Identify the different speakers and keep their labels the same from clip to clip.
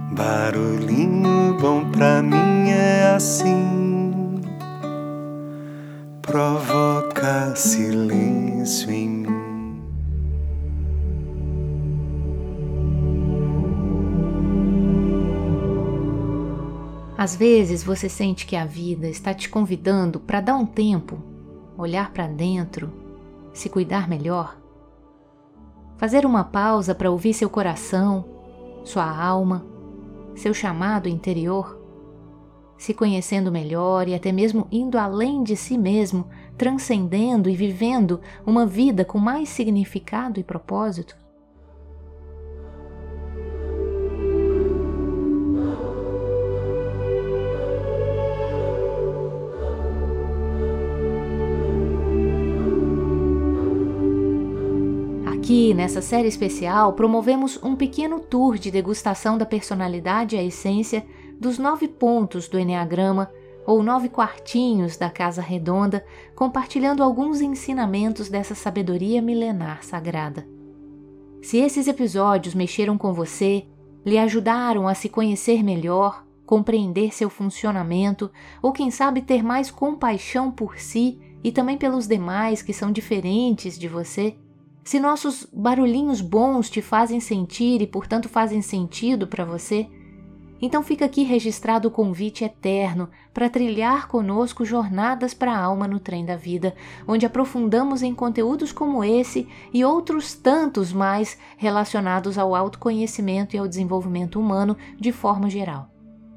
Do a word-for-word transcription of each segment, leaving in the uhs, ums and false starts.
Speaker 1: Barulhinho bom pra mim é assim, provoca silêncio em mim.
Speaker 2: Às vezes você sente que a vida está te convidando para dar um tempo, olhar para dentro, se cuidar melhor. Fazer uma pausa para ouvir seu coração, sua alma, seu chamado interior, se conhecendo melhor e até mesmo indo além de si mesmo, transcendendo e vivendo uma vida com mais significado e propósito. Aqui, nessa série especial, promovemos um pequeno tour de degustação da personalidade e a essência dos nove pontos do Eneagrama, ou nove quartinhos da Casa Redonda, compartilhando alguns ensinamentos dessa sabedoria milenar sagrada. Se esses episódios mexeram com você, lhe ajudaram a se conhecer melhor, compreender seu funcionamento, ou quem sabe ter mais compaixão por si e também pelos demais que são diferentes de você, se nossos barulhinhos bons te fazem sentir e, portanto, fazem sentido para você, então fica aqui registrado o convite eterno para trilhar conosco jornadas para a alma no trem da vida, onde aprofundamos em conteúdos como esse e outros tantos mais relacionados ao autoconhecimento e ao desenvolvimento humano de forma geral.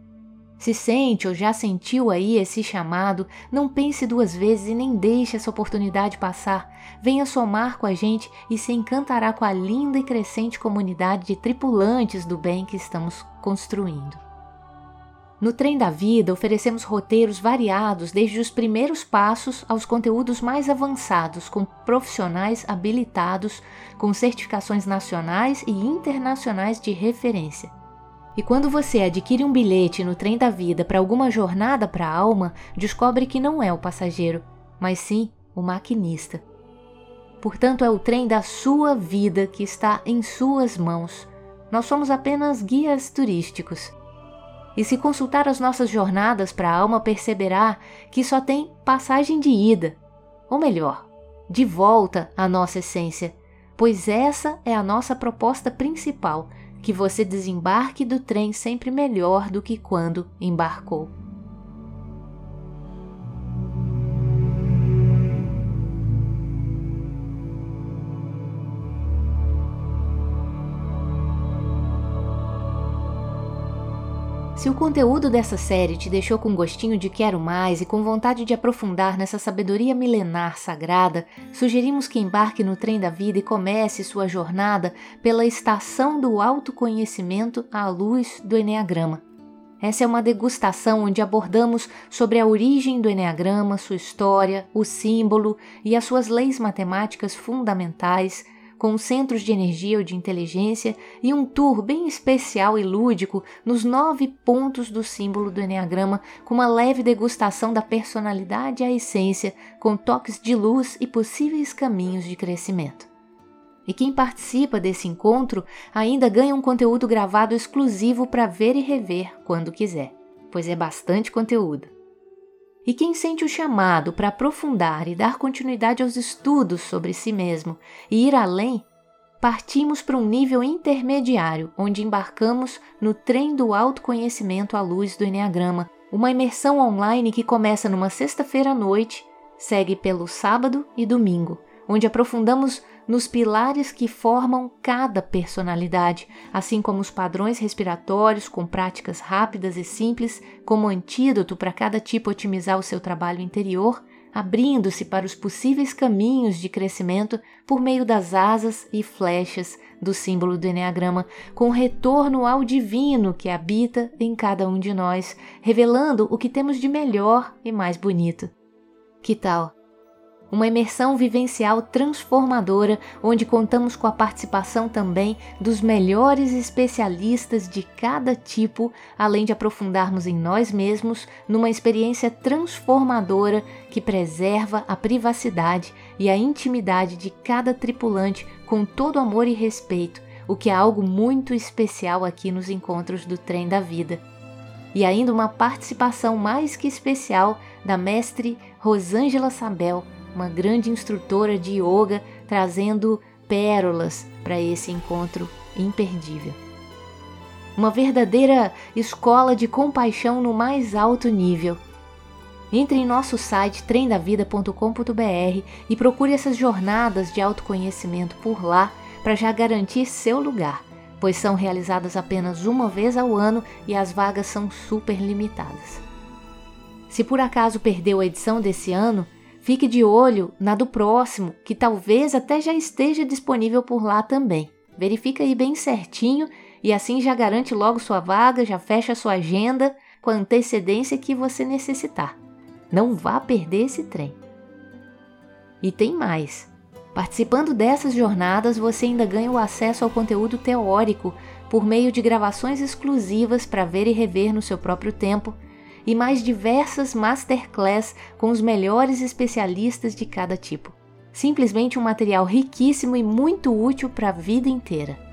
Speaker 2: Se sente ou já sentiu aí esse chamado, não pense duas vezes e nem deixe essa oportunidade passar. Venha somar com a gente e se encantará com a linda e crescente comunidade de tripulantes do bem que estamos construindo. No Trem da Vida, oferecemos roteiros variados desde os primeiros passos aos conteúdos mais avançados, com profissionais habilitados, com certificações nacionais e internacionais de referência. E quando você adquire um bilhete no Trem da Vida para alguma jornada para a alma, descobre que não é o passageiro, mas sim o maquinista. Portanto, é o trem da sua vida que está em suas mãos. Nós somos apenas guias turísticos. E se consultar as nossas jornadas para a alma, perceberá que só tem passagem de ida, ou melhor, de volta à nossa essência, pois essa é a nossa proposta principal, que você desembarque do trem sempre melhor do que quando embarcou. Se o conteúdo dessa série te deixou com gostinho de quero mais e com vontade de aprofundar nessa sabedoria milenar sagrada, sugerimos que embarque no Trem da Vida e comece sua jornada pela estação do autoconhecimento à luz do Eneagrama. Essa é uma degustação onde abordamos sobre a origem do Eneagrama, sua história, o símbolo e as suas leis matemáticas fundamentais, com centros de energia ou de inteligência e um tour bem especial e lúdico nos nove pontos do símbolo do Eneagrama, com uma leve degustação da personalidade e a essência, com toques de luz e possíveis caminhos de crescimento. E quem participa desse encontro ainda ganha um conteúdo gravado exclusivo para ver e rever quando quiser, pois é bastante conteúdo. E quem sente o chamado para aprofundar e dar continuidade aos estudos sobre si mesmo e ir além, partimos para um nível intermediário, onde embarcamos no Trem do Autoconhecimento à luz do Eneagrama, uma imersão online que começa numa sexta-feira à noite, segue pelo sábado e domingo, onde aprofundamos nos pilares que formam cada personalidade, assim como os padrões respiratórios com práticas rápidas e simples como antídoto para cada tipo otimizar o seu trabalho interior, abrindo-se para os possíveis caminhos de crescimento por meio das asas e flechas do símbolo do Eneagrama, com retorno ao divino que habita em cada um de nós, revelando o que temos de melhor e mais bonito. Que tal? Uma imersão vivencial transformadora, onde contamos com a participação também dos melhores especialistas de cada tipo, além de aprofundarmos em nós mesmos numa experiência transformadora que preserva a privacidade e a intimidade de cada tripulante com todo amor e respeito, o que é algo muito especial aqui nos encontros do Trem da Vida. E ainda uma participação mais que especial da mestre Rosângela Sabel, uma grande instrutora de yoga, trazendo pérolas para esse encontro imperdível. Uma verdadeira escola de compaixão no mais alto nível. Entre em nosso site trem da vida ponto com ponto b r e procure essas jornadas de autoconhecimento por lá para já garantir seu lugar, pois são realizadas apenas uma vez ao ano e as vagas são super limitadas. Se por acaso perdeu a edição desse ano, fique de olho na do próximo, que talvez até já esteja disponível por lá também. Verifica aí bem certinho e assim já garante logo sua vaga, já fecha sua agenda com a antecedência que você necessitar. Não vá perder esse trem. E tem mais. Participando dessas jornadas, você ainda ganha o acesso ao conteúdo teórico por meio de gravações exclusivas para ver e rever no seu próprio tempo e mais diversas masterclass com os melhores especialistas de cada tipo. Simplesmente um material riquíssimo e muito útil para a vida inteira.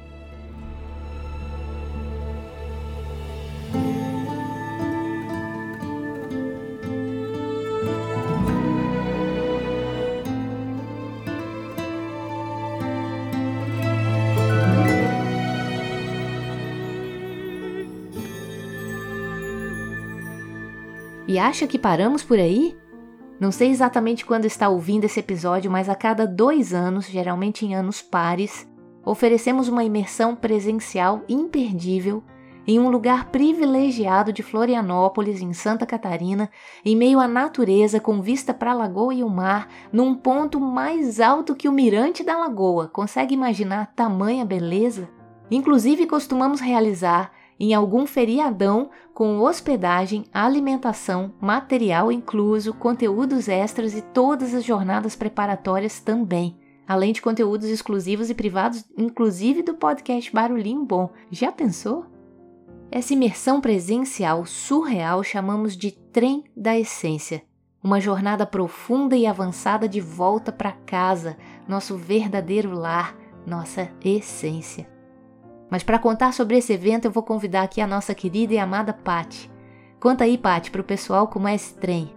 Speaker 2: E acha que paramos por aí? Não sei exatamente quando está ouvindo esse episódio, mas a cada dois anos, geralmente em anos pares, oferecemos uma imersão presencial imperdível em um lugar privilegiado de Florianópolis, em Santa Catarina, em meio à natureza, com vista para a lagoa e o mar, num ponto mais alto que o mirante da lagoa. Consegue imaginar tamanha beleza? Inclusive, costumamos realizar em algum feriadão com hospedagem, alimentação, material incluso, conteúdos extras e todas as jornadas preparatórias também, além de conteúdos exclusivos e privados, inclusive do podcast Barulhinho Bom. Já pensou? Essa imersão presencial surreal chamamos de Trem da Essência, uma jornada profunda e avançada de volta para casa, nosso verdadeiro lar, nossa essência. Mas para contar sobre esse evento, eu vou convidar aqui a nossa querida e amada Paty. Conta aí, Paty, para o pessoal como é esse trem.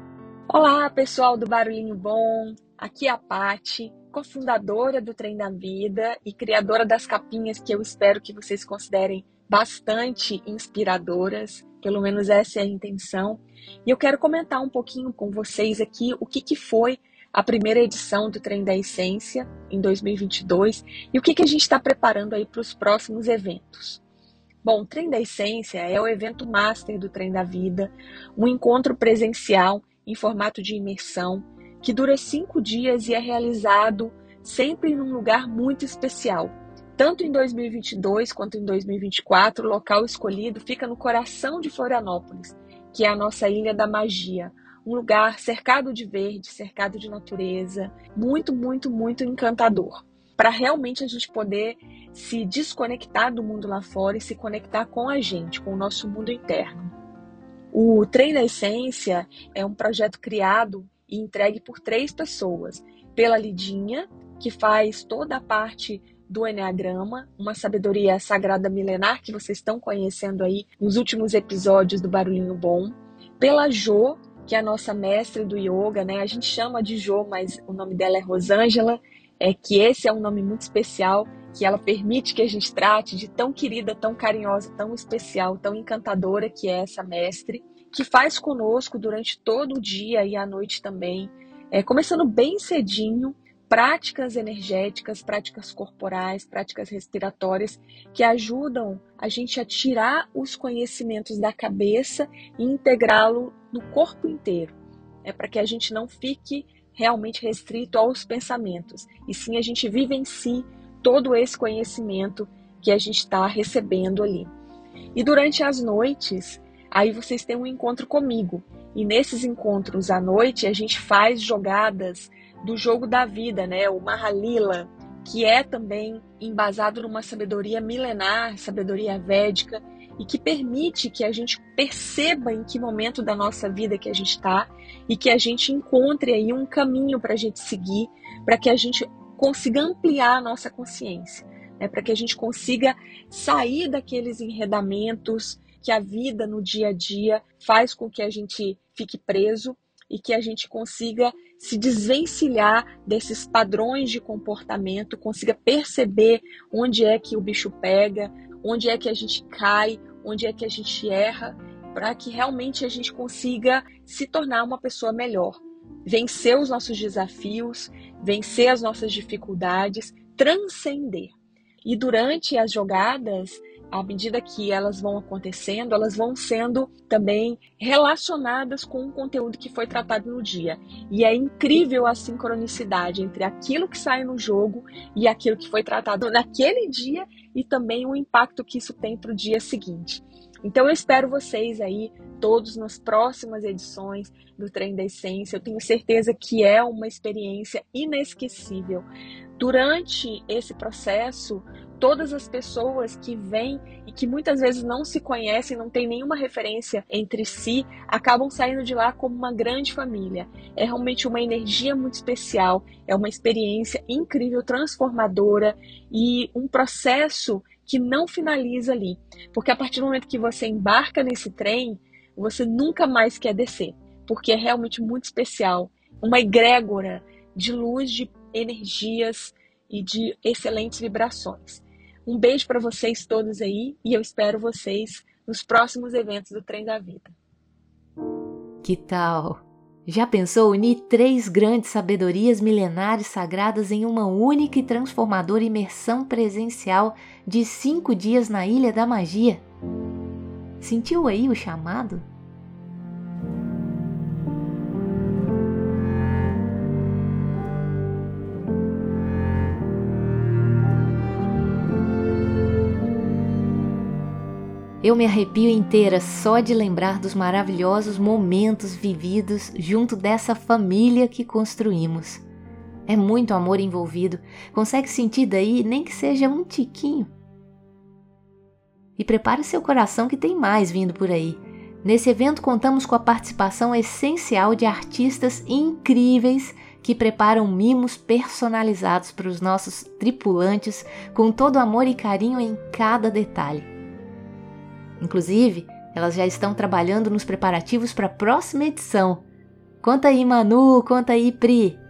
Speaker 3: Olá, pessoal do Barulhinho Bom. Aqui é a Paty, cofundadora do Trem da Vida e criadora das capinhas que eu espero que vocês considerem bastante inspiradoras. Pelo menos essa é a intenção. E eu quero comentar um pouquinho com vocês aqui o que, que foi a primeira edição do Trem da Essência em dois mil e vinte e dois e o que, que a gente está preparando aí para os próximos eventos. Bom, o Trem da Essência é o evento master do Trem da Vida, um encontro presencial em formato de imersão que dura cinco dias e é realizado sempre num lugar muito especial. Tanto em dois mil e vinte e dois quanto em dois mil e vinte e quatro, o local escolhido fica no coração de Florianópolis, que é a nossa Ilha da Magia, um lugar cercado de verde, cercado de natureza, muito, muito, muito encantador, para realmente a gente poder se desconectar do mundo lá fora e se conectar com a gente, com o nosso mundo interno. O Trem da Essência é um projeto criado e entregue por três pessoas, pela Lidinha, que faz toda a parte do Eneagrama, uma sabedoria sagrada milenar que vocês estão conhecendo aí nos últimos episódios do Barulhinho Bom, pela Jo, que é a nossa mestre do yoga, né? A gente chama de Jo, mas o nome dela é Rosângela, é que esse é um nome muito especial, que ela permite que a gente trate de tão querida, tão carinhosa, tão especial, tão encantadora que é essa mestre, que faz conosco durante todo o dia e à noite também, é, começando bem cedinho, práticas energéticas, práticas corporais, práticas respiratórias que ajudam a gente a tirar os conhecimentos da cabeça e integrá-lo no corpo inteiro. É para que a gente não fique realmente restrito aos pensamentos, e sim a gente vivencie todo esse conhecimento que a gente está recebendo ali. E durante as noites, aí vocês têm um encontro comigo, e nesses encontros à noite a gente faz jogadas do jogo da vida, né? O Mahalila, que é também embasado numa sabedoria milenar, sabedoria védica, e que permite que a gente perceba em que momento da nossa vida que a gente está e que a gente encontre aí um caminho para a gente seguir, para que a gente consiga ampliar a nossa consciência. né, para que a gente consiga sair daqueles enredamentos que a vida no dia a dia faz com que a gente fique preso e que a gente consiga se desvencilhar desses padrões de comportamento, consiga perceber onde é que o bicho pega, onde é que a gente cai, onde é que a gente erra, para que realmente a gente consiga se tornar uma pessoa melhor, vencer os nossos desafios, vencer as nossas dificuldades, transcender. E durante as jogadas, à medida que elas vão acontecendo, elas vão sendo também relacionadas com o conteúdo que foi tratado no dia. E é incrível a sincronicidade entre aquilo que sai no jogo e aquilo que foi tratado naquele dia e também o impacto que isso tem para o dia seguinte. Então eu espero vocês aí todos nas próximas edições do Trem da Essência. Eu tenho certeza que é uma experiência inesquecível. Durante esse processo, todas as pessoas que vêm e que muitas vezes não se conhecem, não tem nenhuma referência entre si, acabam saindo de lá como uma grande família. É realmente uma energia muito especial, é uma experiência incrível, transformadora e um processo que não finaliza ali. Porque a partir do momento que você embarca nesse trem, você nunca mais quer descer, porque é realmente muito especial. Uma egrégora de luz, de energias e de excelentes vibrações. Um beijo para vocês todos aí e eu espero vocês nos próximos eventos do Trem da Vida.
Speaker 2: Que tal? Já pensou unir três grandes sabedorias milenares sagradas em uma única e transformadora imersão presencial de cinco dias na Ilha da Magia? Sentiu aí o chamado? Eu me arrepio inteira só de lembrar dos maravilhosos momentos vividos junto dessa família que construímos. É muito amor envolvido, consegue sentir daí nem que seja um tiquinho. E prepare seu coração que tem mais vindo por aí. Nesse evento contamos com a participação essencial de artistas incríveis que preparam mimos personalizados para os nossos tripulantes com todo amor e carinho em cada detalhe. Inclusive, elas já estão trabalhando nos preparativos para a próxima edição. Conta aí, Manu, conta aí, Pri.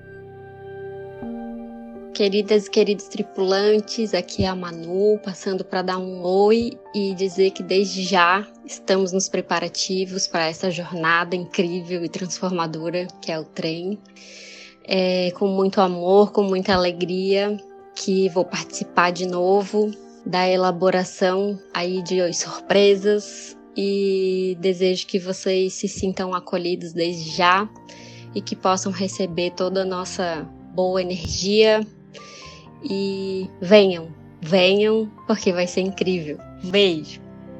Speaker 4: Queridas e queridos tripulantes, aqui é a Manu, passando para dar um oi e dizer que desde já estamos nos preparativos para essa jornada incrível e transformadora que é o trem. É, com muito amor, com muita alegria, que vou participar de novo da elaboração aí de surpresas e desejo que vocês se sintam acolhidos desde já e que possam receber toda a nossa boa energia e venham, venham porque vai ser incrível. Um beijo!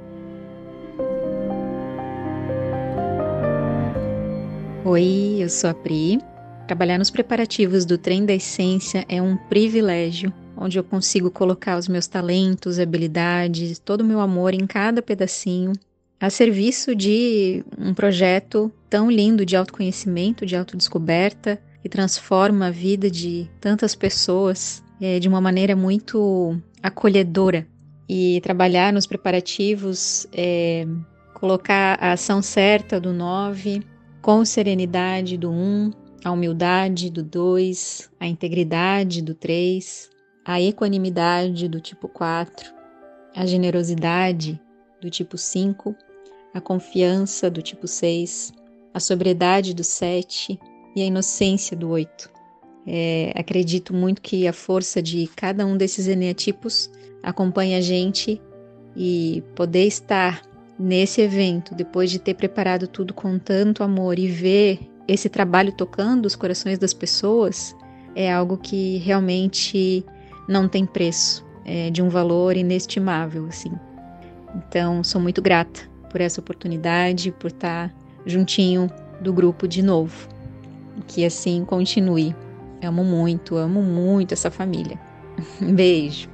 Speaker 5: Oi, eu sou a Pri. Trabalhar nos preparativos do Trem da Essência é um privilégio, onde eu consigo colocar os meus talentos, habilidades, todo o meu amor em cada pedacinho, a serviço de um projeto tão lindo de autoconhecimento, de autodescoberta, que transforma a vida de tantas pessoas é, de uma maneira muito acolhedora. E trabalhar nos preparativos, é, colocar a ação certa do nove, com serenidade do um, a humildade do dois, a integridade do três, a equanimidade do tipo quatro, a generosidade do tipo cinco, a confiança do tipo seis, a sobriedade do sete e a inocência do oito. É, acredito muito que a força de cada um desses eneatipos acompanha a gente e poder estar nesse evento, depois de ter preparado tudo com tanto amor e ver esse trabalho tocando os corações das pessoas, é algo que realmente não tem preço, é de um valor inestimável, assim. Então, sou muito grata por essa oportunidade, por estar juntinho do grupo de novo. Que assim continue. Amo muito, amo muito essa família. Um beijo.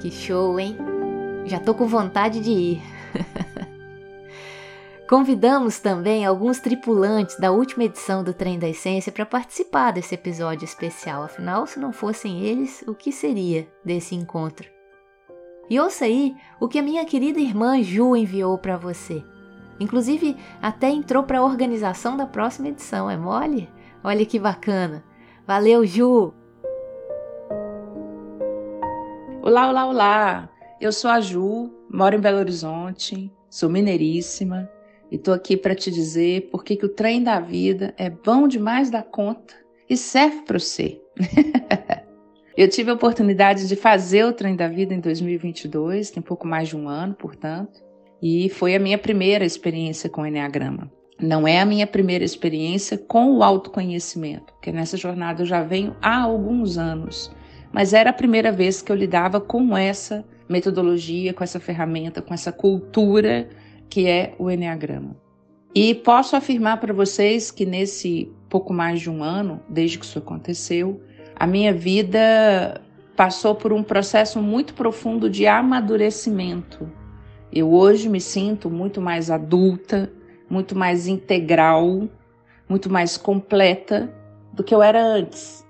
Speaker 2: Que show, hein? Já tô com vontade de ir. Convidamos também alguns tripulantes da última edição do Trem da Essência para participar desse episódio especial. Afinal, se não fossem eles, o que seria desse encontro? E ouça aí o que a minha querida irmã Ju enviou para você. Inclusive, até entrou para a organização da próxima edição, é mole? Olha que bacana. Valeu, Ju!
Speaker 6: Olá, olá, olá! Eu sou a Ju, moro em Belo Horizonte, sou mineiríssima e tô aqui para te dizer por que que o trem da vida é bom demais da conta e serve para você. Eu tive a oportunidade de fazer o Trem da Vida em dois mil e vinte e dois, tem pouco mais de um ano, portanto, e foi a minha primeira experiência com o Enneagrama. Não é a minha primeira experiência com o autoconhecimento, porque nessa jornada eu já venho há alguns anos, mas era a primeira vez que eu lidava com essa metodologia, com essa ferramenta, com essa cultura que é o Enneagrama. E posso afirmar para vocês que nesse pouco mais de um ano, desde que isso aconteceu, a minha vida passou por um processo muito profundo de amadurecimento. Eu hoje me sinto muito mais adulta, muito mais integral, muito mais completa do que eu era antes.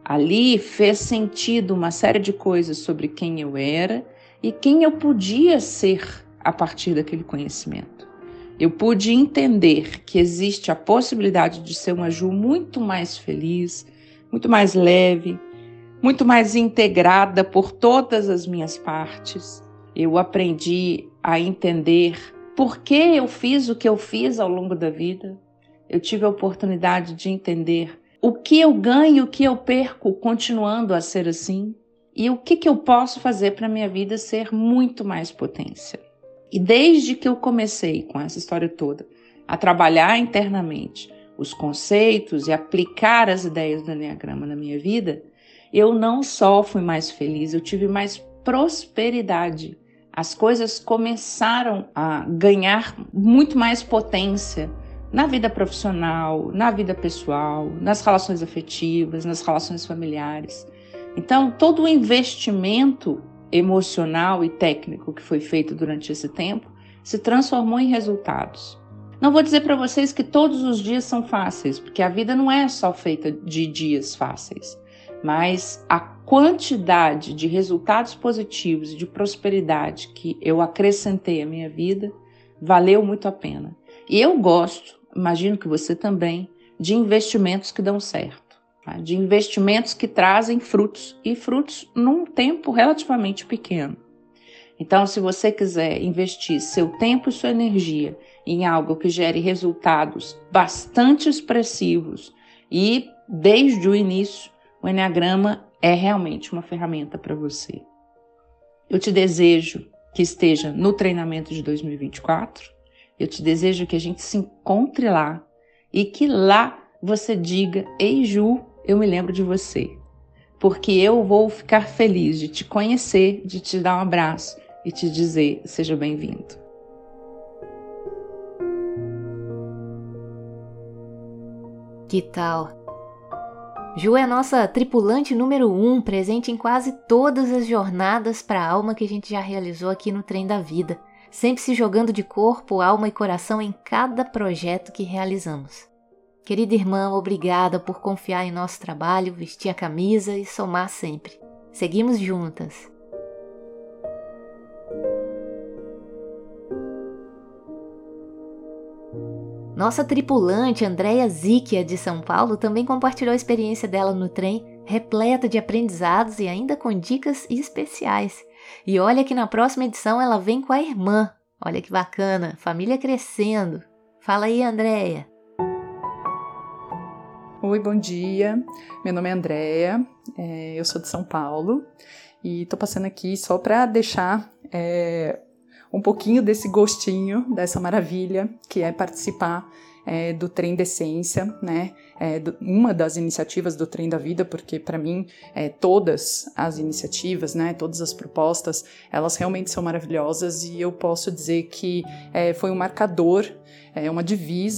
Speaker 6: Ali fez sentido uma série de coisas sobre quem eu era e quem eu podia ser a partir daquele conhecimento. Eu pude entender que existe a possibilidade de ser uma Ju muito mais feliz, muito mais leve, muito mais integrada por todas as minhas partes. Eu aprendi a entender por que eu fiz o que eu fiz ao longo da vida. Eu tive a oportunidade de entender o que eu ganho e o que eu perco continuando a ser assim e o que, que eu posso fazer para a minha vida ser muito mais potência. E desde que eu comecei com essa história toda a trabalhar internamente os conceitos e aplicar as ideias do Enneagrama na minha vida, eu não só fui mais feliz, eu tive mais prosperidade. As coisas começaram a ganhar muito mais potência na vida profissional, na vida pessoal, nas relações afetivas, nas relações familiares. Então, todo o investimento emocional e técnico que foi feito durante esse tempo se transformou em resultados. Não vou dizer para vocês que todos os dias são fáceis, porque a vida não é só feita de dias fáceis, mas a quantidade de resultados positivos e de prosperidade que eu acrescentei à minha vida valeu muito a pena. E eu gosto, imagino que você também, de investimentos que dão certo, tá? De investimentos que trazem frutos, e frutos num tempo relativamente pequeno. Então, se você quiser investir seu tempo e sua energia em algo que gere resultados bastante expressivos e, desde o início, o Enneagrama é realmente uma ferramenta para você. Eu te desejo que esteja no treinamento de dois mil e vinte e quatro, eu te desejo que a gente se encontre lá e que lá você diga: ei Ju, eu me lembro de você, porque eu vou ficar feliz de te conhecer, de te dar um abraço e te dizer: seja bem-vindo.
Speaker 2: Que tal? Ju é a nossa tripulante número um, presente em quase todas as jornadas para a alma que a gente já realizou aqui no Trem da Vida, sempre se jogando de corpo, alma e coração em cada projeto que realizamos. Querida irmã, obrigada por confiar em nosso trabalho, vestir a camisa e somar sempre. Seguimos juntas. Nossa tripulante Andréia Zicchia, de São Paulo, também compartilhou a experiência dela no trem, repleta de aprendizados e ainda com dicas especiais. E olha que na próxima edição ela vem com a irmã. Olha que bacana, família crescendo. Fala aí, Andréia.
Speaker 7: Oi, bom dia. Meu nome é Andréia, é, eu sou de São Paulo e estou passando aqui só para deixar é, um pouquinho desse gostinho, dessa maravilha que é participar é, do Trem da Essência, né? É, do, uma das iniciativas do Trem da Vida, porque para mim é, todas as iniciativas, né, todas as propostas, elas realmente são maravilhosas e eu posso dizer que é, foi um marcador, é, uma divisa,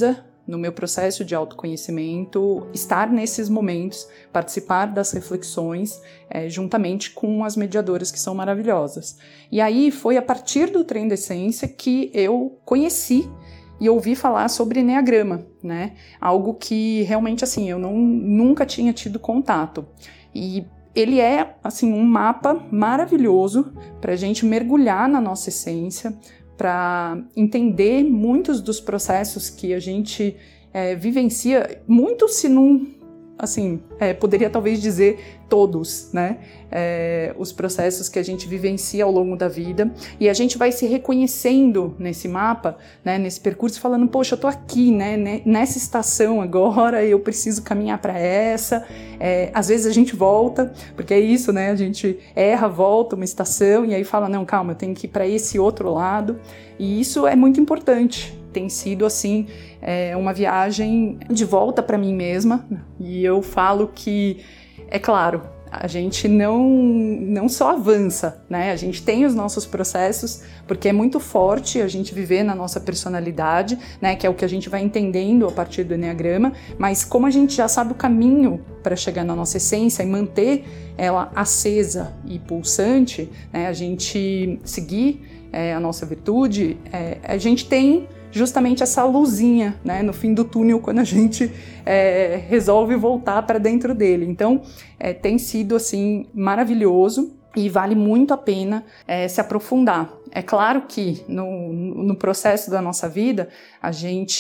Speaker 7: no meu processo de autoconhecimento, estar nesses momentos, participar das reflexões, é, juntamente com as mediadoras que são maravilhosas. E aí foi a partir do Trem da Essência que eu conheci e ouvi falar sobre Eneagrama, né? Algo que realmente, assim, eu não, nunca tinha tido contato. E ele é, assim, um mapa maravilhoso para a gente mergulhar na nossa essência, para entender muitos dos processos que a gente é, vivencia, muito se não, assim, é, poderia talvez dizer todos, né? É, os processos que a gente vivencia ao longo da vida, e a gente vai se reconhecendo nesse mapa, né, nesse percurso, falando, poxa, eu tô aqui, né, nessa estação agora, eu preciso caminhar para essa. É, às vezes a gente volta, porque é isso, né, a gente erra, volta uma estação, e aí fala, não, calma, eu tenho que ir para esse outro lado, e isso é muito importante. Tem sido, assim, é, uma viagem de volta para mim mesma, e eu falo que, é claro, a gente não, não só avança, né? A gente tem os nossos processos, porque é muito forte a gente viver na nossa personalidade, né? Que é o que a gente vai entendendo a partir do Eneagrama, mas como a gente já sabe o caminho para chegar na nossa essência e manter ela acesa e pulsante, né? A gente seguir é, a nossa virtude, é, a gente tem justamente essa luzinha, né, no fim do túnel, quando a gente é, resolve voltar para dentro dele. Então, é, tem sido, assim, maravilhoso e vale muito a pena é, se aprofundar. É claro que no, no processo da nossa vida, a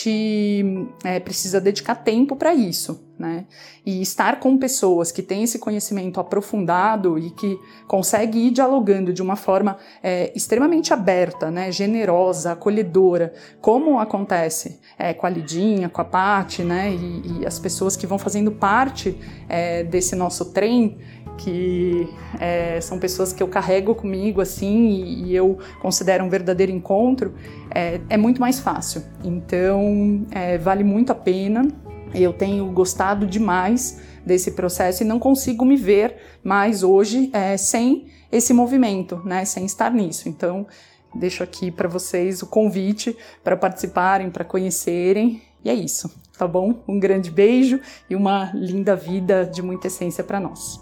Speaker 7: gente é, precisa dedicar tempo para isso, né? E estar com pessoas que têm esse conhecimento aprofundado e que conseguem ir dialogando de uma forma é, extremamente aberta, né? Generosa, acolhedora, como acontece é, com a Lidinha, com a Paty, né? E, e as pessoas que vão fazendo parte é, desse nosso trem, que é, são pessoas que eu carrego comigo, assim, e, e eu considero um verdadeiro encontro, é, é muito mais fácil. Então, é, vale muito a pena. Eu tenho gostado demais desse processo e não consigo me ver mais hoje é, sem esse movimento, né, sem estar nisso. Então, deixo aqui para vocês o convite para participarem, para conhecerem, e é isso, tá bom? Um grande beijo e uma linda vida de muita essência para nós.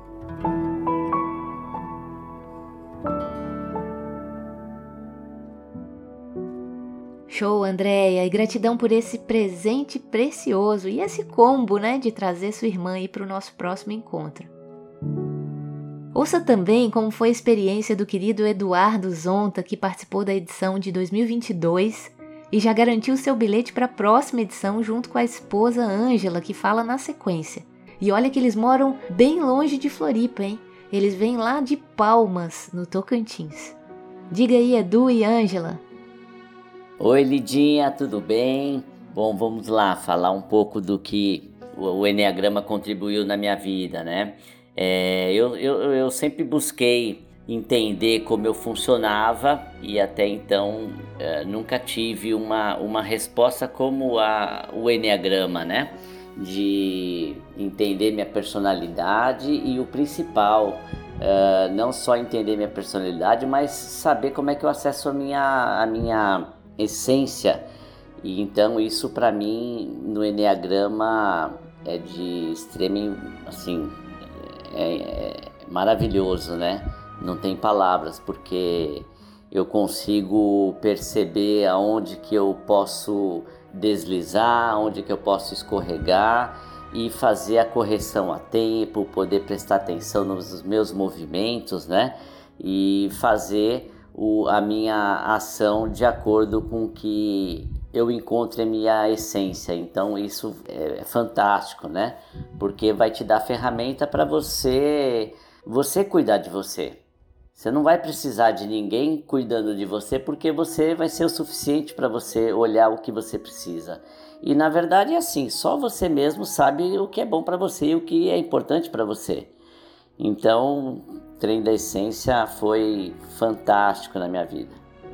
Speaker 2: Show, Andréia, e gratidão por esse presente precioso e esse combo, né, de trazer sua irmã aí para o nosso próximo encontro. Ouça também como foi a experiência do querido Eduardo Zonta, que participou da edição de dois mil e vinte e dois e já garantiu seu bilhete para a próxima edição junto com a esposa Ângela, que fala na sequência. E olha que eles moram bem longe de Floripa, hein? Eles vêm lá de Palmas, no Tocantins. Diga aí, Edu e Ângela.
Speaker 8: Oi, Lidinha, tudo bem? Bom, vamos lá falar um pouco do que o Eneagrama contribuiu na minha vida, né? É, eu, eu, eu sempre busquei entender como eu funcionava e até então é, nunca tive uma, uma resposta como a, o Eneagrama, né? De entender minha personalidade e o principal, é, não só entender minha personalidade, mas saber como é que eu acesso a minha... A minha essência. E então isso para mim no Eneagrama é de extremo, assim, é, é maravilhoso, né? Não tem palavras, porque eu consigo perceber aonde que eu posso deslizar, aonde que eu posso escorregar e fazer a correção a tempo, poder prestar atenção nos meus movimentos, né? E fazer O, a minha ação de acordo com o que eu encontro em minha essência. Então isso é, é fantástico, né? Porque vai te dar ferramenta para você, você cuidar de você. Você não vai precisar de ninguém cuidando de você, porque você vai ser o suficiente para você olhar o que você precisa. E na verdade é assim, só você mesmo sabe o que é bom para você e o que é importante para você. Então, o Trem da Essência foi fantástico na minha vida.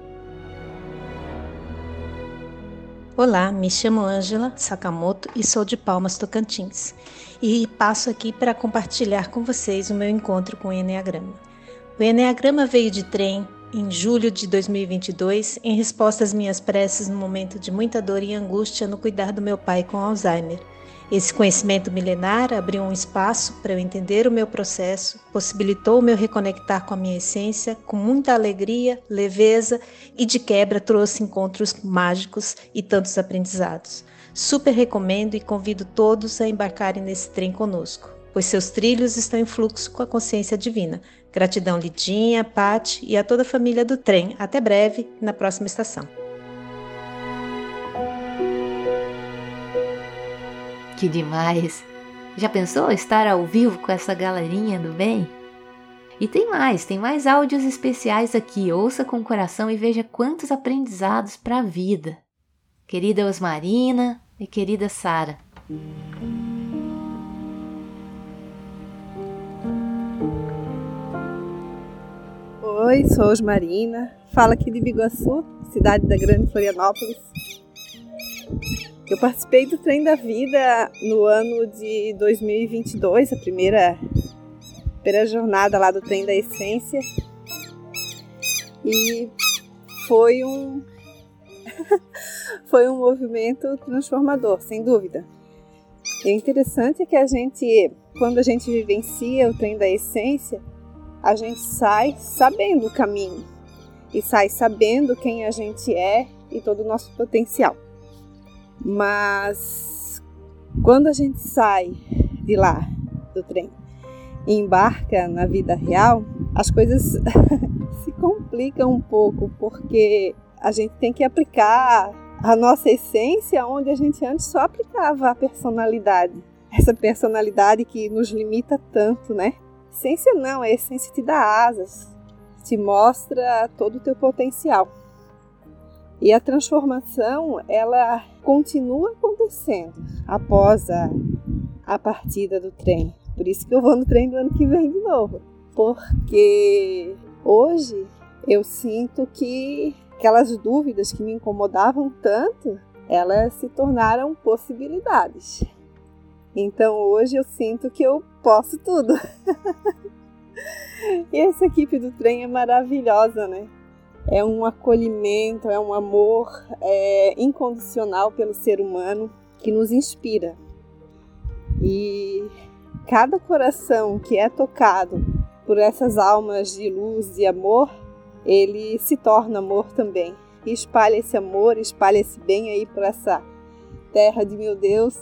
Speaker 9: Olá, me chamo Ângela Sakamoto e sou de Palmas, Tocantins. E passo aqui para compartilhar com vocês o meu encontro com o Eneagrama. O Eneagrama veio de trem em julho de dois mil e vinte e dois, em resposta às minhas preces no momento de muita dor e angústia no cuidar do meu pai com Alzheimer. Esse conhecimento milenar abriu um espaço para eu entender o meu processo, possibilitou o meu reconectar com a minha essência, com muita alegria, leveza e de quebra trouxe encontros mágicos e tantos aprendizados. Super recomendo e convido todos a embarcarem nesse trem conosco, pois seus trilhos estão em fluxo com a consciência divina. Gratidão, Lidinha, Pati e a toda a família do trem. Até breve, na próxima estação.
Speaker 2: Que demais! Já pensou estar ao vivo com essa galerinha do bem? E tem mais, tem mais áudios especiais aqui. Ouça com o coração e veja quantos aprendizados para a vida. Querida Osmarina e querida Sara.
Speaker 10: Oi, sou Osmarina, falo aqui de Biguaçu, cidade da Grande Florianópolis. Eu participei do Trem da Vida no ano de dois mil e vinte e dois, a primeira, primeira jornada lá do Trem da Essência. E foi um, foi um movimento transformador, sem dúvida. E o interessante é que a gente, quando a gente vivencia o Trem da Essência, a gente sai sabendo o caminho e sai sabendo quem a gente é e todo o nosso potencial. Mas quando a gente sai de lá, do trem, e embarca na vida real, as coisas se complicam um pouco, porque a gente tem que aplicar a nossa essência onde a gente antes só aplicava a personalidade. Essa personalidade que nos limita tanto, né? Essência não, a essência te dá asas, te mostra todo o teu potencial. E a transformação, ela continua acontecendo após a, a partida do trem. Por isso que eu vou no trem do ano que vem de novo. Porque hoje eu sinto que aquelas dúvidas que me incomodavam tanto, elas se tornaram possibilidades. Então hoje eu sinto que eu posso tudo. E essa equipe do trem é maravilhosa, né? É um acolhimento, é um amor é, incondicional pelo ser humano que nos inspira. E cada coração que é tocado por essas almas de luz e amor, ele se torna amor também. E espalha esse amor, espalha esse bem aí por essa terra de meu Deus.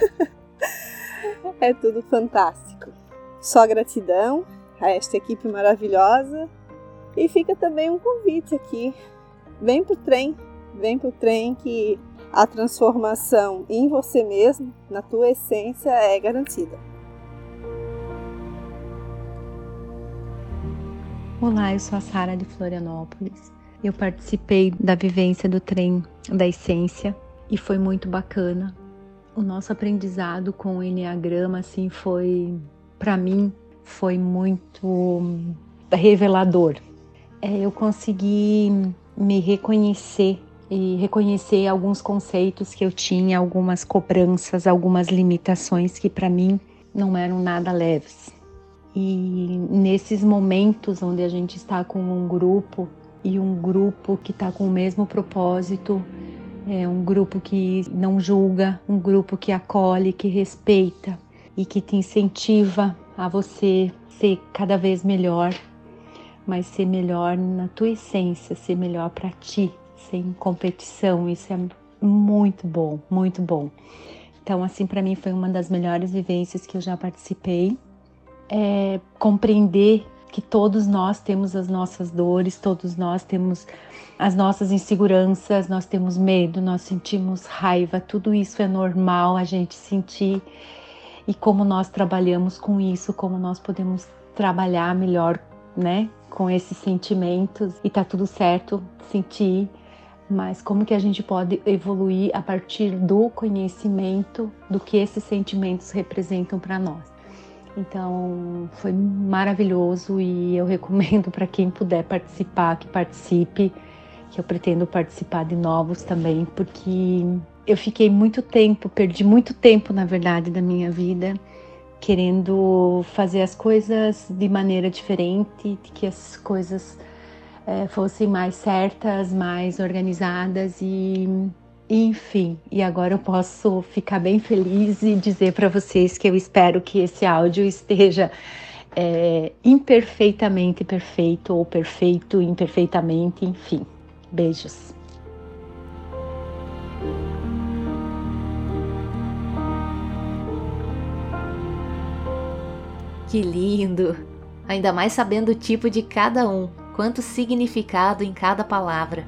Speaker 10: É tudo fantástico. Só gratidão a esta equipe maravilhosa. E fica também um convite aqui. Vem pro trem, vem pro trem que a transformação em você mesmo, na tua essência, é garantida.
Speaker 5: Olá, eu sou a Sara de Florianópolis. Eu participei da vivência do Trem da Essência e foi muito bacana. O nosso aprendizado com o Enneagrama, assim, foi, para mim, foi muito revelador. É, eu consegui me reconhecer e reconhecer alguns conceitos que eu tinha, algumas cobranças, algumas limitações que para mim não eram nada leves. E nesses momentos onde a gente está com um grupo e um grupo que está com o mesmo propósito, é um grupo que não julga, um grupo que acolhe, que respeita e que te incentiva a você ser cada vez melhor, mas ser melhor na tua essência, ser melhor para ti, sem competição. Isso é muito bom, muito bom. Então, assim, para mim foi uma das melhores vivências que eu já participei. É compreender que todos nós temos as nossas dores, todos nós temos as nossas inseguranças, nós temos medo, nós sentimos raiva, tudo isso é normal a gente sentir. E como nós trabalhamos com isso, como nós podemos trabalhar melhor, né, com esses sentimentos, e tá tudo certo sentir, mas como que a gente pode evoluir a partir do conhecimento do que esses sentimentos representam para nós. Então foi maravilhoso e eu recomendo para quem puder participar, que participe, que eu pretendo participar de novos também, porque eu fiquei muito tempo, perdi muito tempo na verdade da minha vida, querendo fazer as coisas de maneira diferente, que as coisas
Speaker 11: é, fossem mais certas, mais organizadas e, enfim. E agora eu posso ficar bem feliz e dizer para vocês que eu espero que esse áudio esteja é, imperfeitamente perfeito ou perfeito imperfeitamente, enfim. Beijos.
Speaker 2: Que lindo! Ainda mais sabendo o tipo de cada um, quanto significado em cada palavra.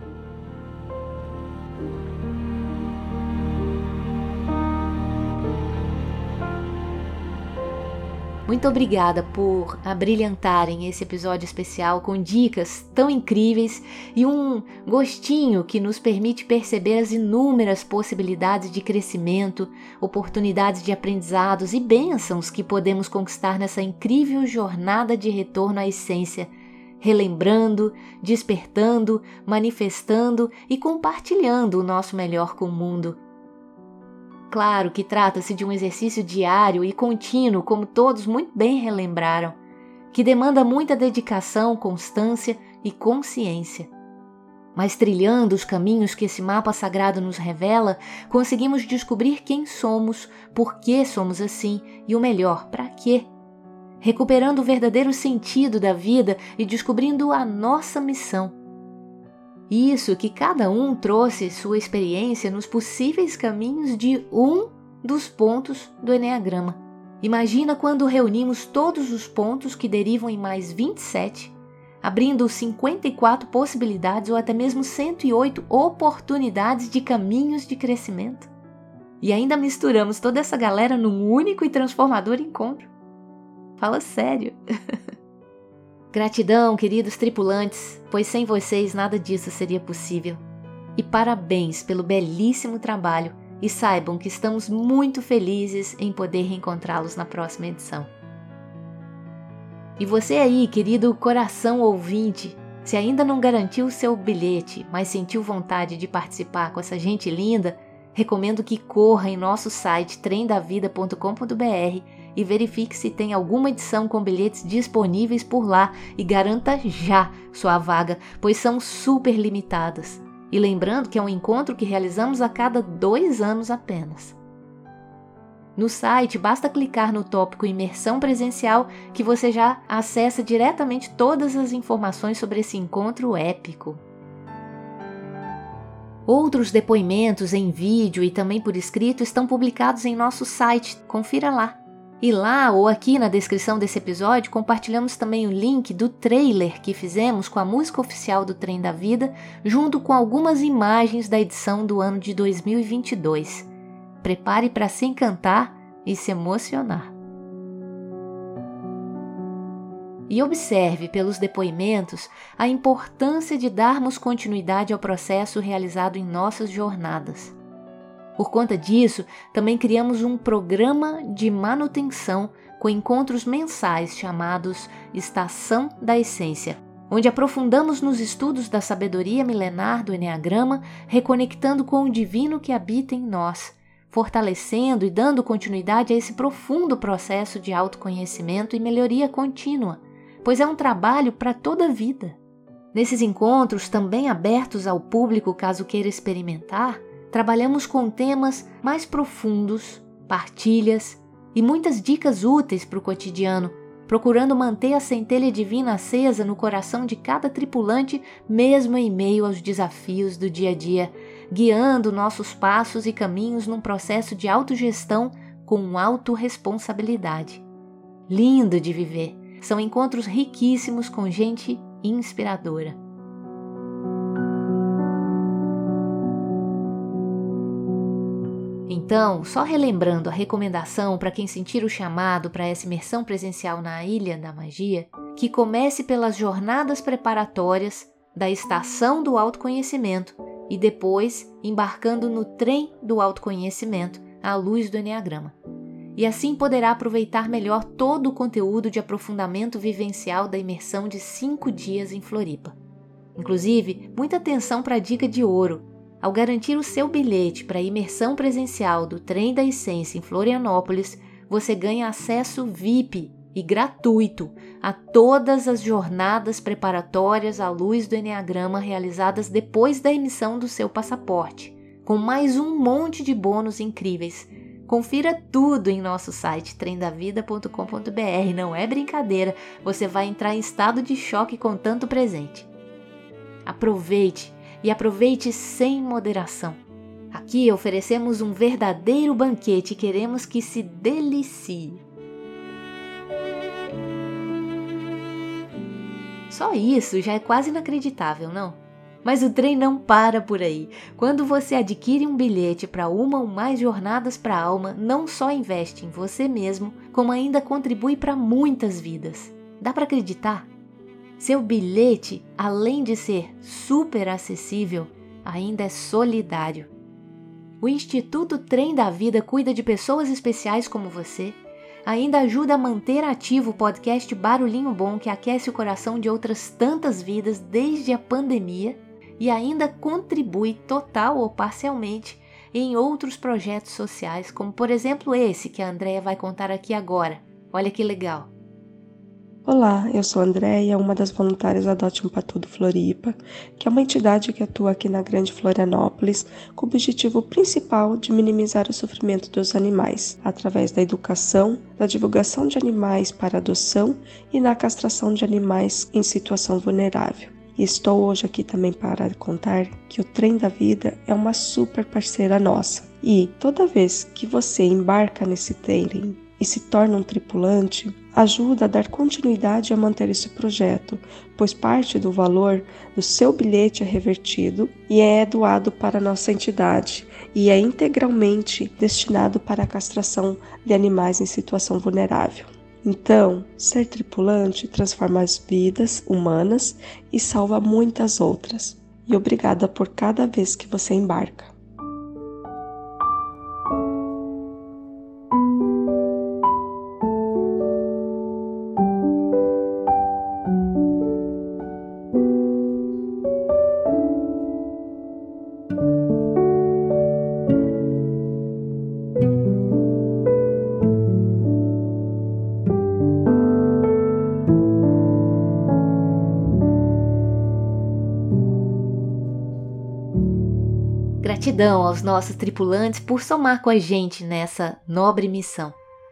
Speaker 2: Muito obrigada por abrilhantarem esse episódio especial com dicas tão incríveis e um gostinho que nos permite perceber as inúmeras possibilidades de crescimento, oportunidades de aprendizados e bênçãos que podemos conquistar nessa incrível jornada de retorno à essência, relembrando, despertando, manifestando e compartilhando o nosso melhor com o mundo. Claro que trata-se de um exercício diário e contínuo, como todos muito bem relembraram, que demanda muita dedicação, constância e consciência. Mas trilhando os caminhos que esse mapa sagrado nos revela, conseguimos descobrir quem somos, por que somos assim e o melhor, para quê. Recuperando o verdadeiro sentido da vida e descobrindo a nossa missão. Isso que cada um trouxe sua experiência nos possíveis caminhos de um dos pontos do Eneagrama. Imagina quando reunimos todos os pontos que derivam em mais vinte e sete, abrindo cinquenta e quatro possibilidades ou até mesmo cento e oito oportunidades de caminhos de crescimento. E ainda misturamos toda essa galera num único e transformador encontro. Fala sério! Gratidão, queridos tripulantes, pois sem vocês nada disso seria possível. E parabéns pelo belíssimo trabalho e saibam que estamos muito felizes em poder reencontrá-los na próxima edição. E você aí, querido coração ouvinte, se ainda não garantiu o seu bilhete, mas sentiu vontade de participar com essa gente linda, recomendo que corra em nosso site trem da vida ponto com ponto b r e verifique se tem alguma edição com bilhetes disponíveis por lá e garanta já sua vaga, pois são super limitadas. E lembrando que é um encontro que realizamos a cada dois anos apenas. No site, basta clicar no tópico Imersão Presencial que você já acessa diretamente todas as informações sobre esse encontro épico. Outros depoimentos em vídeo e também por escrito estão publicados em nosso site, confira lá. E lá ou aqui na descrição desse episódio compartilhamos também o link do trailer que fizemos com a música oficial do Trem da Vida, junto com algumas imagens da edição do ano de dois mil e vinte e dois. Prepare para se encantar e se emocionar. E observe pelos depoimentos a importância de darmos continuidade ao processo realizado em nossas jornadas. Por conta disso, também criamos um programa de manutenção com encontros mensais chamados Estação da Essência, onde aprofundamos nos estudos da sabedoria milenar do Eneagrama, reconectando com o divino que habita em nós, fortalecendo e dando continuidade a esse profundo processo de autoconhecimento e melhoria contínua, pois é um trabalho para toda a vida. Nesses encontros, também abertos ao público caso queira experimentar, trabalhamos com temas mais profundos, partilhas e muitas dicas úteis para o cotidiano, procurando manter a centelha divina acesa no coração de cada tripulante, mesmo em meio aos desafios do dia a dia, guiando nossos passos e caminhos num processo de autogestão com autorresponsabilidade. Lindo de viver! São encontros riquíssimos com gente inspiradora. Então, só relembrando a recomendação para quem sentir o chamado para essa imersão presencial na Ilha da Magia, que comece pelas jornadas preparatórias da Estação do Autoconhecimento e depois embarcando no Trem do Autoconhecimento à luz do Eneagrama. E assim poderá aproveitar melhor todo o conteúdo de aprofundamento vivencial da imersão de cinco dias em Floripa. Inclusive, muita atenção para a dica de ouro. Ao garantir o seu bilhete para a imersão presencial do Trem da Essência em Florianópolis, você ganha acesso V I P e gratuito a todas as jornadas preparatórias à luz do Eneagrama realizadas depois da emissão do seu passaporte, com mais um monte de bônus incríveis. Confira tudo em nosso site trem da vida ponto com ponto b r, não é brincadeira, você vai entrar em estado de choque com tanto presente. Aproveite, e aproveite sem moderação. Aqui oferecemos um verdadeiro banquete e queremos que se delicie. Só isso já é quase inacreditável, não? Mas o trem não para por aí. Quando você adquire um bilhete para uma ou mais jornadas para a alma, não só investe em você mesmo, como ainda contribui para muitas vidas. Dá para acreditar? Seu bilhete, além de ser super acessível, ainda é solidário. O Instituto Trem da Vida cuida de pessoas especiais como você, ainda ajuda a manter ativo o podcast Barulhinho Bom, que aquece o coração de outras tantas vidas desde a pandemia, e ainda contribui total ou parcialmente em outros projetos sociais, como por exemplo esse que a Andréia vai contar aqui agora. Olha que legal!
Speaker 12: Olá, eu sou a Andréia, uma das voluntárias Adote um Patudo Floripa, que é uma entidade que atua aqui na Grande Florianópolis com o objetivo principal de minimizar o sofrimento dos animais, através da educação, da divulgação de animais para adoção e na castração de animais em situação vulnerável. E estou hoje aqui também para contar que o Trem da Vida é uma super parceira nossa. E toda vez que você embarca nesse trem e se torna um tripulante, ajuda a dar continuidade a manter esse projeto, pois parte do valor do seu bilhete é revertido e é doado para a nossa entidade e é integralmente destinado para a castração de animais em situação vulnerável. Então, ser tripulante transforma as vidas humanas e salva muitas outras. E obrigada por cada vez que você embarca.
Speaker 2: Gratidão aos nossos tripulantes por somar com a gente nessa nobre missão.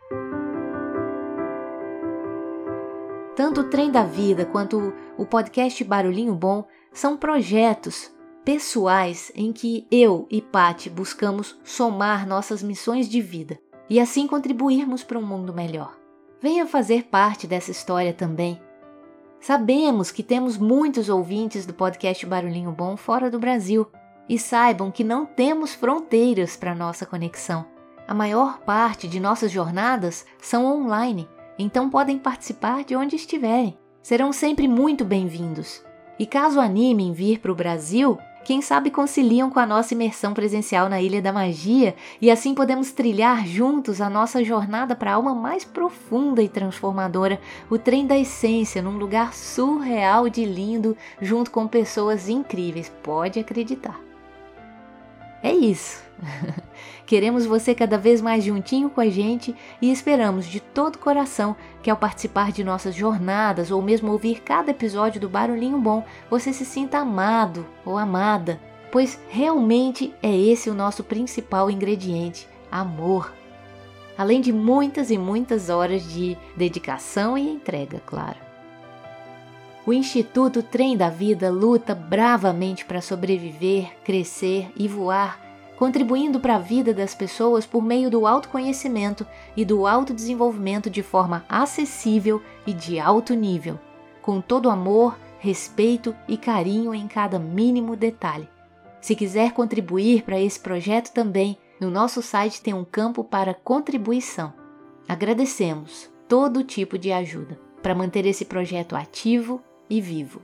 Speaker 2: Tanto o Trem da Vida quanto o podcast Barulhinho Bom são projetos pessoais em que eu e Pati buscamos somar nossas missões de vida e assim contribuirmos para um mundo melhor. Venha fazer parte dessa história também. Sabemos que temos muitos ouvintes do podcast Barulhinho Bom fora do Brasil. E saibam que não temos fronteiras para nossa conexão. A maior parte de nossas jornadas são online, então podem participar de onde estiverem. Serão sempre muito bem-vindos. E caso animem vir para o Brasil, quem sabe conciliam com a nossa imersão presencial na Ilha da Magia e assim podemos trilhar juntos a nossa jornada para a alma mais profunda e transformadora, o Trem da Essência, num lugar surreal de lindo, junto com pessoas incríveis, pode acreditar. É isso. Queremos você cada vez mais juntinho com a gente e esperamos de todo coração que ao participar de nossas jornadas ou mesmo ouvir cada episódio do Barulhinho Bom, você se sinta amado ou amada, pois realmente é esse o nosso principal ingrediente, amor. Além de muitas e muitas horas de dedicação e entrega, claro. O Instituto Trem da Vida luta bravamente para sobreviver, crescer e voar, contribuindo para a vida das pessoas por meio do autoconhecimento e do autodesenvolvimento de forma acessível e de alto nível, com todo amor, respeito e carinho em cada mínimo detalhe. Se quiser contribuir para esse projeto também, no nosso site tem um campo para contribuição. Agradecemos todo tipo de ajuda para manter esse projeto ativo e vivo.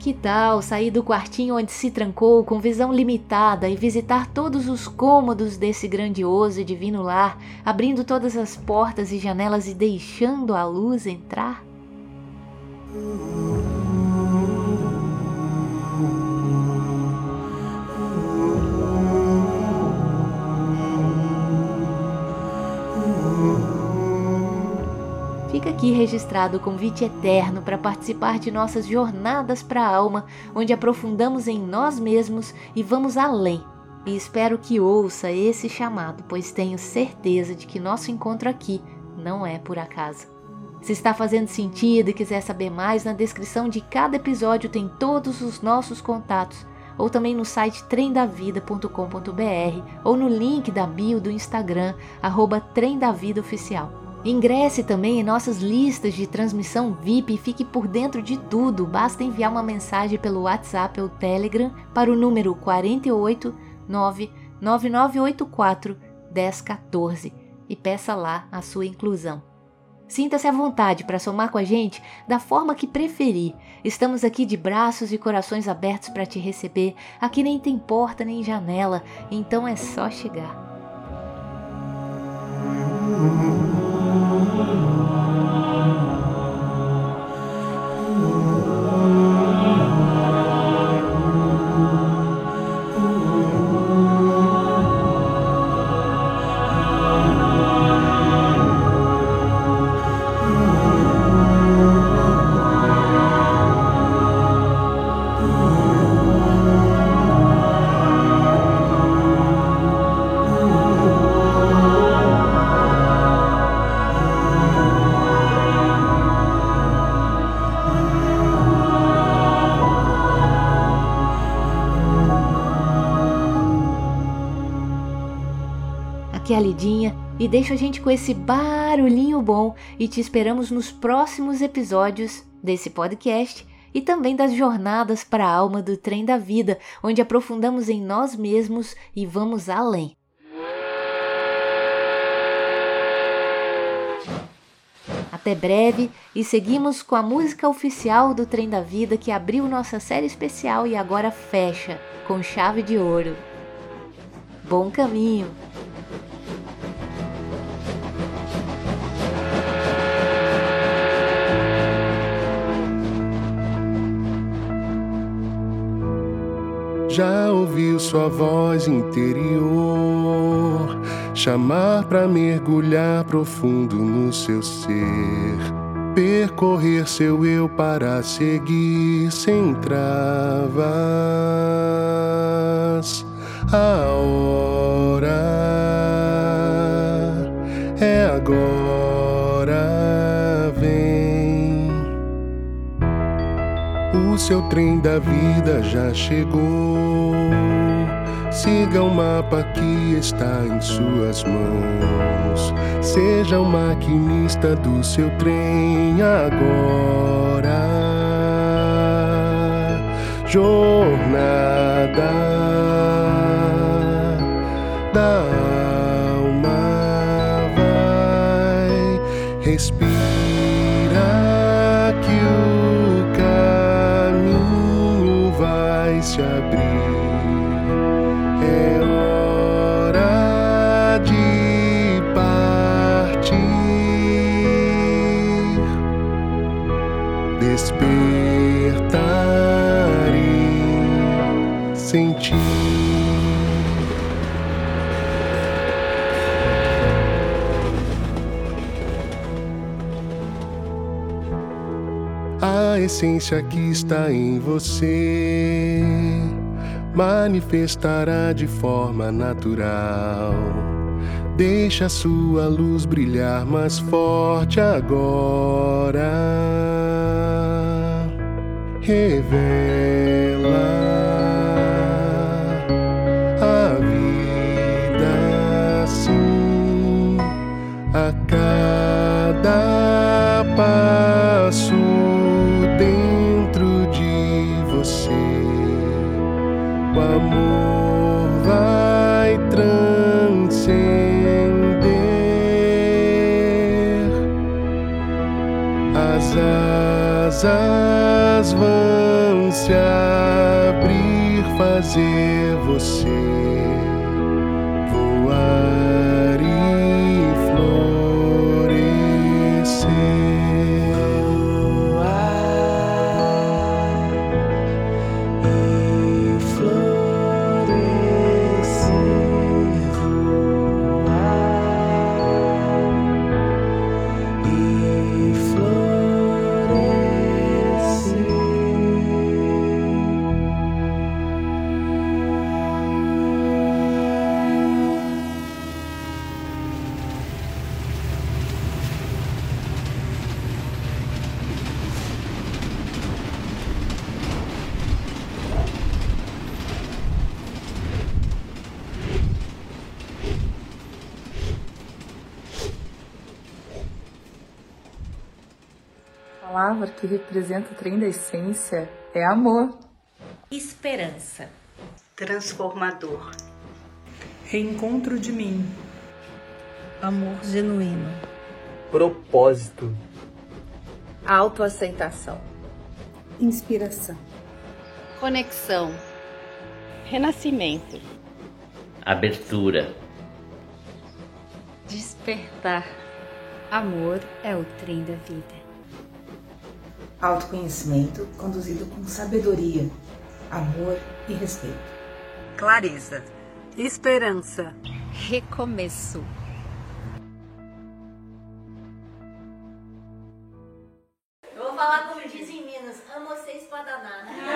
Speaker 2: Que tal sair do quartinho onde se trancou com visão limitada e visitar todos os cômodos desse grandioso e divino lar, abrindo todas as portas e janelas e deixando a luz entrar? Fica aqui registrado o convite eterno para participar de nossas jornadas para a alma, onde aprofundamos em nós mesmos e vamos além. E espero que ouça esse chamado, pois tenho certeza de que nosso encontro aqui não é por acaso. Se está fazendo sentido e quiser saber mais, na descrição de cada episódio tem todos os nossos contatos, ou também no site trem da vida ponto com ponto b r ou no link da bio do Instagram, arroba Trem da Vida Oficial. Ingresse também em nossas listas de transmissão V I P e fique por dentro de tudo. Basta enviar uma mensagem pelo WhatsApp ou Telegram para o número quatro oito nove nove nove oito quatro um zero um quatro e peça lá a sua inclusão. Sinta-se à vontade para somar com a gente da forma que preferir. Estamos aqui de braços e corações abertos para te receber. Aqui nem tem porta nem janela, então é só chegar. Aqui é a Lidinha e deixa a gente com esse barulhinho bom e te esperamos nos próximos episódios desse podcast e também das jornadas para a alma do Trem da Vida, onde aprofundamos em nós mesmos e vamos além. Até breve e seguimos com a música oficial do Trem da Vida que abriu nossa série especial e agora fecha com chave de ouro. Bom caminho!
Speaker 1: Já ouviu sua voz interior chamar pra mergulhar profundo no seu ser, percorrer seu eu para seguir sem travas. A hora é agora, vem. O seu trem da vida já chegou. Siga o mapa que está em suas mãos. Seja o maquinista do seu trem agora. Jornada da alma, vai, respira que o caminho vai se abrir. É hora de partir, despertar e sentir. A essência que está em você manifestará de forma natural. Deixa sua luz brilhar mais forte agora. Revela a vida assim a cada passo dentro de você. O amor vai transcender, as asas vão se se abrir, fazer você voar e florescer. Voar e florescer. Voar e florescer.
Speaker 7: A palavra que representa o trem da essência é amor.
Speaker 13: Esperança.
Speaker 14: Transformador.
Speaker 15: Reencontro de mim.
Speaker 16: Amor genuíno.
Speaker 17: Propósito.
Speaker 18: Autoaceitação.
Speaker 19: Inspiração.
Speaker 20: Conexão.
Speaker 21: Renascimento.
Speaker 8: Abertura.
Speaker 20: Despertar. Amor é o trem da vida.
Speaker 22: Autoconhecimento conduzido com sabedoria, amor e respeito.
Speaker 14: Clareza.
Speaker 16: Esperança.
Speaker 20: Recomeço.
Speaker 23: Eu vou falar como diz em Minas, amo vocês pra danar.